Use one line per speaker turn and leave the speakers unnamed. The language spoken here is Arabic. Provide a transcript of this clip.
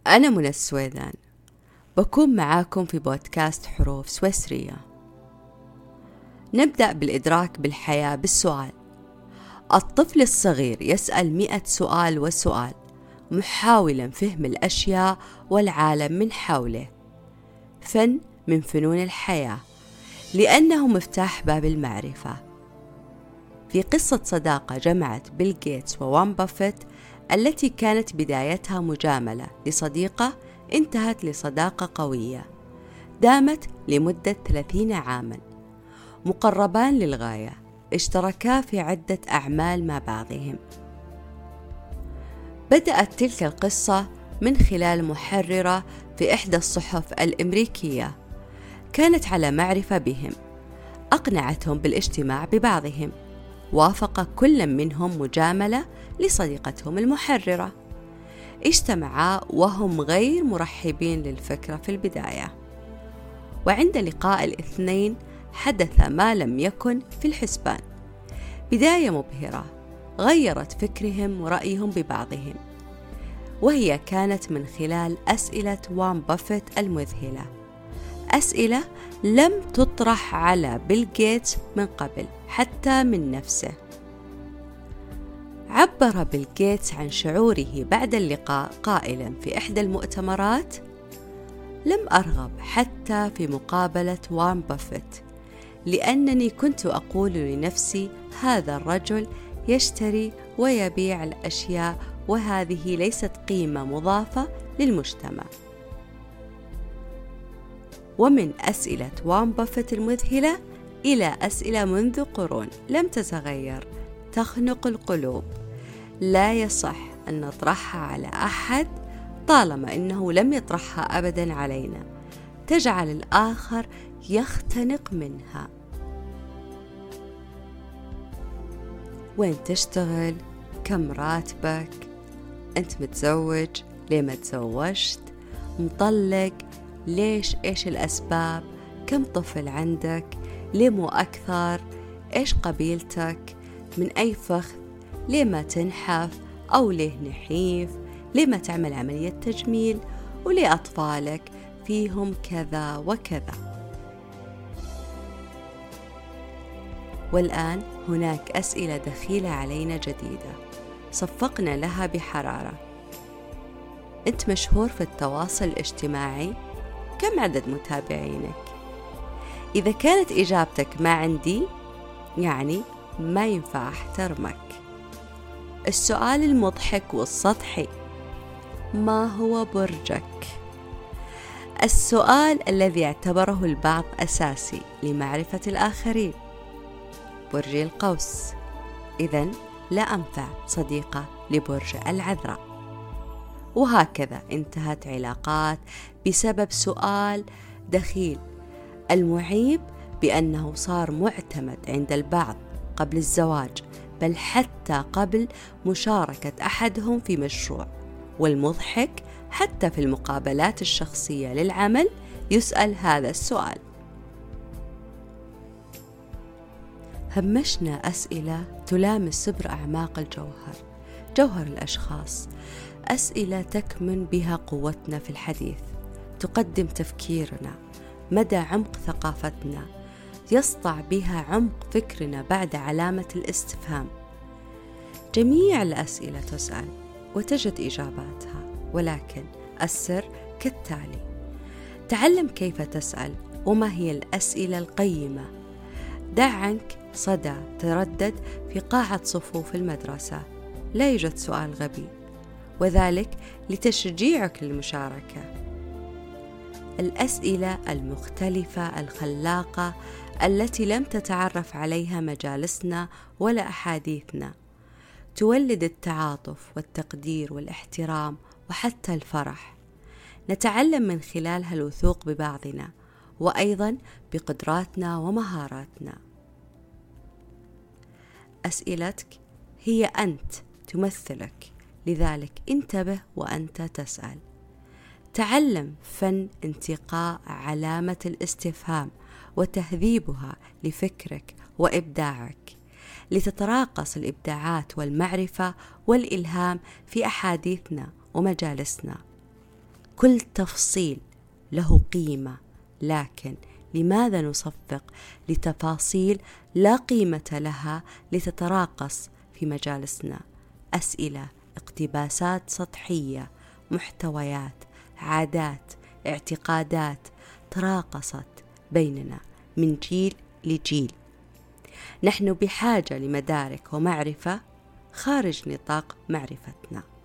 أنا منى السويدان، بكون معاكم في بودكاست حروف سويسرية. نبدأ بالإدراك بالحياة بالسؤال. الطفل الصغير يسأل 100 سؤال وسؤال، محاولا فهم الأشياء والعالم من حوله. فن من فنون الحياة، لأنه مفتاح باب المعرفة. في قصة صداقة جمعت بيل غيتس ووارن بافيت، التي كانت بدايتها مجاملة لصديقة انتهت لصداقة قوية دامت لمدة 30 عاما. مقربان للغاية، اشتركا في عدة أعمال مع بعضهم. بدأت تلك القصة من خلال محررة في إحدى الصحف الأمريكية كانت على معرفة بهم، أقنعتهم بالاجتماع ببعضهم. وافق كل منهم مجاملة لصديقتهم المحررة. اجتمعا وهم غير مرحبين للفكرة في البداية، وعند لقاء الاثنين حدث ما لم يكن في الحسبان. بداية مبهرة غيرت فكرهم ورأيهم ببعضهم، وهي كانت من خلال أسئلة وارن بافيت المذهلة، أسئلة لم تطرح على بيل غيتس من قبل حتى من نفسه. عبر بيل غيتس عن شعوره بعد اللقاء قائلا في إحدى المؤتمرات: لم أرغب حتى في مقابلة وارن بافيت، لأنني كنت أقول لنفسي هذا الرجل يشتري ويبيع الأشياء، وهذه ليست قيمة مضافة للمجتمع. ومن أسئلة وارن بافيت المذهلة إلى أسئلة منذ قرون لم تتغير، تخنق القلوب، لا يصح أن نطرحها على أحد طالما إنه لم يطرحها أبدا علينا، تجعل الآخر يختنق منها. وين تشتغل؟ كم راتبك؟ أنت متزوج؟ ليه ما تزوجت؟ مطلق؟ ليش؟ إيش الأسباب؟ كم طفل عندك؟ ليه مو أكثر؟ إيش قبيلتك؟ من أي فخذ؟ ليه ما تنحف؟ أو ليه نحيف؟ ليه ما تعمل عملية تجميل؟ وليه أطفالك فيهم كذا وكذا؟ والآن هناك أسئلة دخيلة علينا جديدة صفقنا لها بحرارة. أنت مشهور في التواصل الاجتماعي؟ كم عدد متابعينك؟ إذا كانت إجابتك ما عندي، يعني ما ينفع أحترمك. السؤال المضحك والسطحي: ما هو برجك؟ السؤال الذي اعتبره البعض أساسي لمعرفة الآخرين: برجي القوس، إذن لا أنفع صديقة لبرج العذراء. وهكذا انتهت علاقات بسبب سؤال دخيل. المعيب بأنه صار معتمد عند البعض قبل الزواج، بل حتى قبل مشاركة أحدهم في مشروع. والمضحك حتى في المقابلات الشخصية للعمل يسأل هذا السؤال. همشنا أسئلة تلامس سبر أعماق الجوهر، جوهر الأشخاص، أسئلة تكمن بها قوتنا في الحديث، تقدم تفكيرنا، مدى عمق ثقافتنا، يسطع بها عمق فكرنا بعد علامة الاستفهام. جميع الأسئلة تسأل وتجد إجاباتها، ولكن السر كالتالي: تعلم كيف تسأل وما هي الأسئلة القيمة. دع عنك صدى تردد في قاعة صفوف المدرسة، لا يوجد سؤال غبي، وذلك لتشجيعك للمشاركة. الأسئلة المختلفة الخلاقة التي لم تتعرف عليها مجالسنا ولا أحاديثنا تولد التعاطف والتقدير والاحترام وحتى الفرح. نتعلم من خلالها الوثوق ببعضنا، وأيضا بقدراتنا ومهاراتنا. أسئلتك هي أنت، تمثلك، لذلك انتبه وأنت تسأل. تعلم فن انتقاء علامة الاستفهام وتهذيبها لفكرك وإبداعك، لتتراقص الإبداعات والمعرفة والإلهام في أحاديثنا ومجالسنا. كل تفصيل له قيمة، لكن لماذا نصفق لتفاصيل لا قيمة لها لتتراقص في مجالسنا؟ أسئلة، اقتباسات سطحية، محتويات، عادات، اعتقادات تراقصت بيننا من جيل لجيل. نحن بحاجة لمدارك ومعرفة خارج نطاق معرفتنا.